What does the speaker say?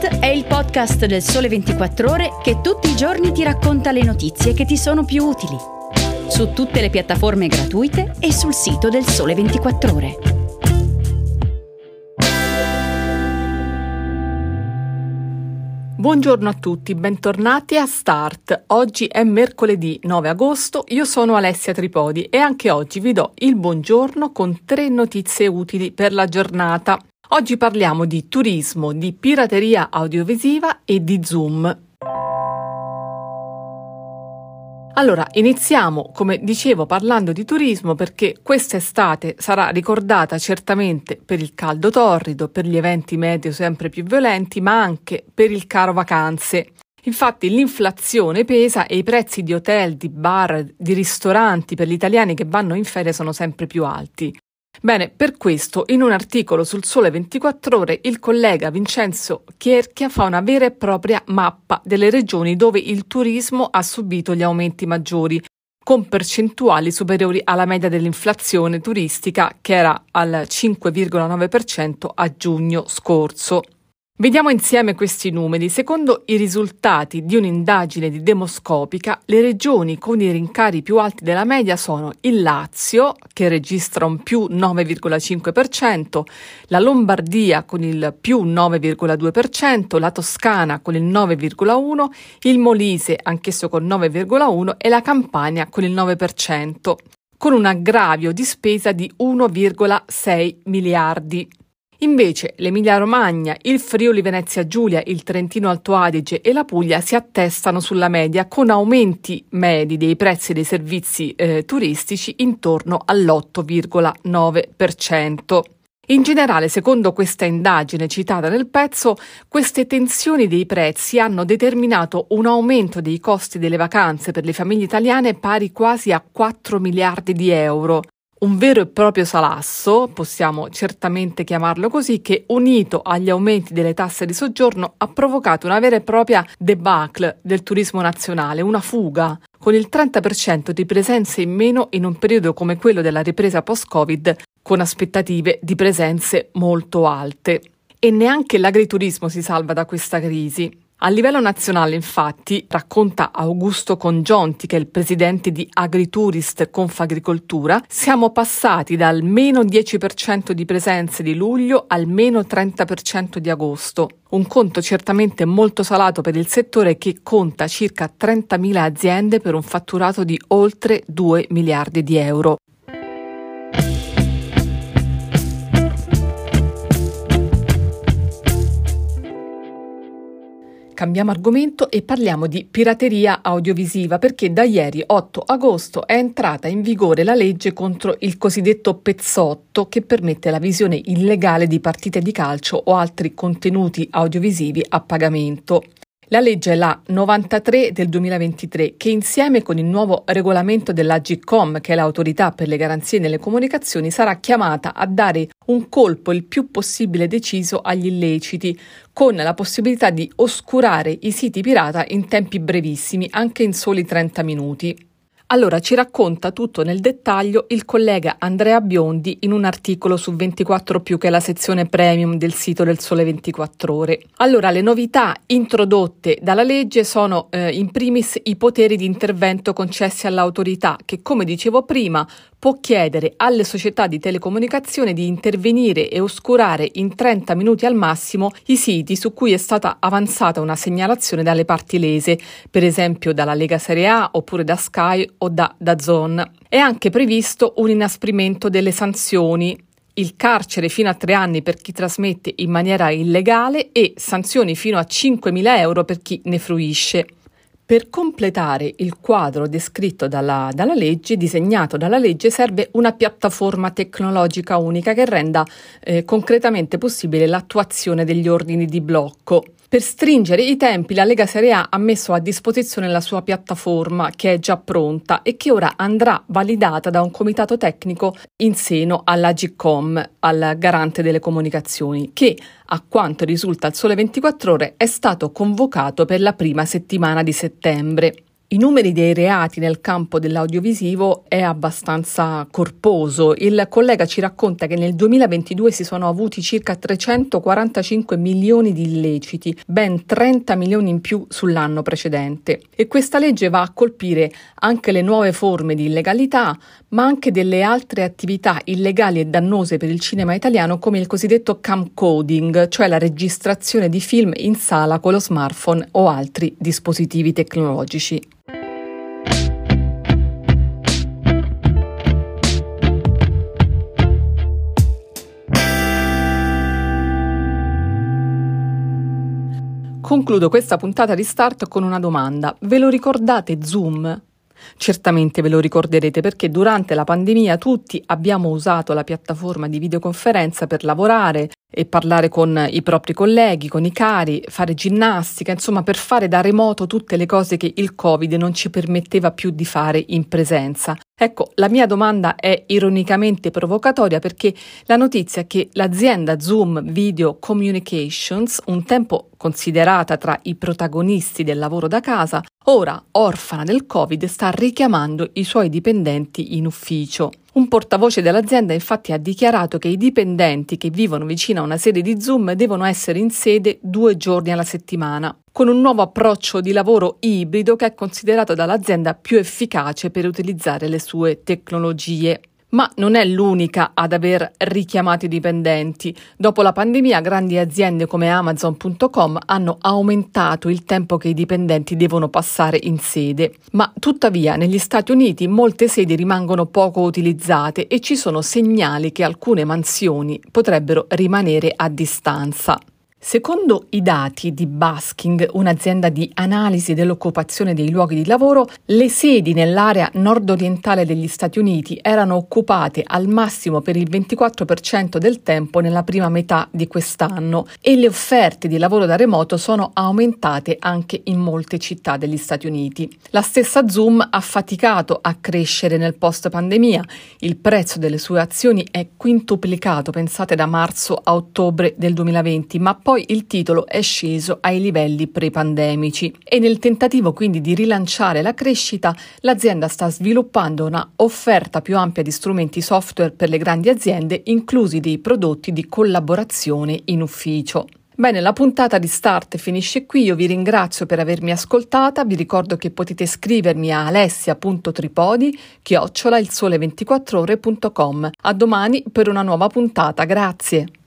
Start è il podcast del Sole 24 Ore che tutti i giorni ti racconta le notizie che ti sono più utili. Su tutte le piattaforme gratuite e sul sito del Sole 24 Ore. Buongiorno a tutti, bentornati a Start. Oggi è mercoledì 9 agosto, io sono Alessia Tripodi e anche oggi vi do il buongiorno con 3 notizie utili per la giornata. Oggi parliamo di turismo, di pirateria audiovisiva e di Zoom. Allora, iniziamo, come dicevo, parlando di turismo perché quest'estate sarà ricordata certamente per il caldo torrido, per gli eventi meteo sempre più violenti, ma anche per il caro vacanze. Infatti l'inflazione pesa e i prezzi di hotel, di bar, di ristoranti per gli italiani che vanno in ferie sono sempre più alti. Bene, per questo in un articolo sul Sole 24 Ore il collega Vincenzo Chierchia fa una vera e propria mappa delle regioni dove il turismo ha subito gli aumenti maggiori, con percentuali superiori alla media dell'inflazione turistica che era al 5,9% a giugno scorso. Vediamo insieme questi numeri. Secondo i risultati di un'indagine di Demoscopica, le regioni con i rincari più alti della media sono il Lazio, che registra un più 9,5%, la Lombardia con il più 9,2%, la Toscana con il 9,1%, il Molise anch'esso con 9,1% e la Campania con il 9%, con un aggravio di spesa di 1,6 miliardi. Invece l'Emilia-Romagna, il Friuli-Venezia Giulia, il Trentino-Alto Adige e la Puglia si attestano sulla media con aumenti medi dei prezzi dei servizi turistici intorno all'8,9%. In generale, secondo questa indagine citata nel pezzo, queste tensioni dei prezzi hanno determinato un aumento dei costi delle vacanze per le famiglie italiane pari quasi a 4 miliardi di euro. Un vero e proprio salasso, possiamo certamente chiamarlo così, che unito agli aumenti delle tasse di soggiorno ha provocato una vera e propria debacle del turismo nazionale, una fuga, con il 30% di presenze in meno in un periodo come quello della ripresa post-Covid, con aspettative di presenze molto alte. E neanche l'agriturismo si salva da questa crisi. A livello nazionale, infatti, racconta Augusto Congionti, che è il presidente di Agritourist Confagricoltura, siamo passati dal meno 10% di presenze di luglio al meno 30% di agosto. Un conto certamente molto salato per il settore che conta circa 30.000 aziende per un fatturato di oltre 2 miliardi di euro. Cambiamo argomento e parliamo di pirateria audiovisiva perché da ieri 8 agosto è entrata in vigore la legge contro il cosiddetto pezzotto che permette la visione illegale di partite di calcio o altri contenuti audiovisivi a pagamento. La legge è la 93 del 2023 che insieme con il nuovo regolamento dell'Agcom, che è l'autorità per le garanzie nelle comunicazioni, sarà chiamata a dare un colpo il più possibile deciso agli illeciti, con la possibilità di oscurare i siti pirata in tempi brevissimi, anche in soli 30 minuti. Allora ci racconta tutto nel dettaglio il collega Andrea Biondi in un articolo su 24+, che è la sezione premium del sito del Sole 24 Ore. Allora, le novità introdotte dalla legge sono in primis i poteri di intervento concessi all'autorità che, come dicevo prima, può chiedere alle società di telecomunicazione di intervenire e oscurare in 30 minuti al massimo i siti su cui è stata avanzata una segnalazione dalle parti lese, per esempio dalla Lega Serie A oppure da Sky o da DAZN. È anche previsto un inasprimento delle sanzioni, il carcere fino a 3 anni per chi trasmette in maniera illegale e sanzioni fino a 5.000 euro per chi ne fruisce. Per completare il quadro descritto dalla legge, disegnato dalla legge, serve una piattaforma tecnologica unica che renda concretamente possibile l'attuazione degli ordini di blocco. Per stringere i tempi, la Lega Serie A ha messo a disposizione la sua piattaforma, che è già pronta e che ora andrà validata da un comitato tecnico in seno all'Agcom, al garante delle comunicazioni, che, a quanto risulta al Sole 24 Ore, è stato convocato per la prima settimana di settembre. I numeri dei reati nel campo dell'audiovisivo è abbastanza corposo. Il collega ci racconta che nel 2022 si sono avuti circa 345 milioni di illeciti, ben 30 milioni in più sull'anno precedente. E questa legge va a colpire anche le nuove forme di illegalità, ma anche delle altre attività illegali e dannose per il cinema italiano come il cosiddetto camcoding, cioè la registrazione di film in sala con lo smartphone o altri dispositivi tecnologici. Concludo questa puntata di Start con una domanda. Ve lo ricordate Zoom? Certamente ve lo ricorderete perché durante la pandemia tutti abbiamo usato la piattaforma di videoconferenza per lavorare e parlare con i propri colleghi, con i cari, fare ginnastica, insomma per fare da remoto tutte le cose che il Covid non ci permetteva più di fare in presenza. Ecco, la mia domanda è ironicamente provocatoria perché la notizia è che l'azienda Zoom Video Communications, un tempo considerata tra i protagonisti del lavoro da casa, ora orfana del Covid, sta richiamando i suoi dipendenti in ufficio. Un portavoce dell'azienda infatti ha dichiarato che i dipendenti che vivono vicino a una sede di Zoom devono essere in sede 2 giorni alla settimana, con un nuovo approccio di lavoro ibrido che è considerato dall'azienda più efficace per utilizzare le sue tecnologie. Ma non è l'unica ad aver richiamato i dipendenti. Dopo la pandemia, grandi aziende come Amazon.com hanno aumentato il tempo che i dipendenti devono passare in sede. Ma tuttavia negli Stati Uniti molte sedi rimangono poco utilizzate e ci sono segnali che alcune mansioni potrebbero rimanere a distanza. Secondo i dati di Basking, un'azienda di analisi dell'occupazione dei luoghi di lavoro, le sedi nell'area nord-orientale degli Stati Uniti erano occupate al massimo per il 24% del tempo nella prima metà di quest'anno e le offerte di lavoro da remoto sono aumentate anche in molte città degli Stati Uniti. La stessa Zoom ha faticato a crescere nel post-pandemia. Il prezzo delle sue azioni è quintuplicato, pensate, da marzo a ottobre del 2020, ma poi il titolo è sceso ai livelli pre-pandemici e nel tentativo quindi di rilanciare la crescita l'azienda sta sviluppando una offerta più ampia di strumenti software per le grandi aziende, inclusi dei prodotti di collaborazione in ufficio. Bene, la puntata di Start finisce qui, io vi ringrazio per avermi ascoltata, vi ricordo che potete scrivermi a alessia.tripodi@ilsole24ore.com. A domani per una nuova puntata, grazie.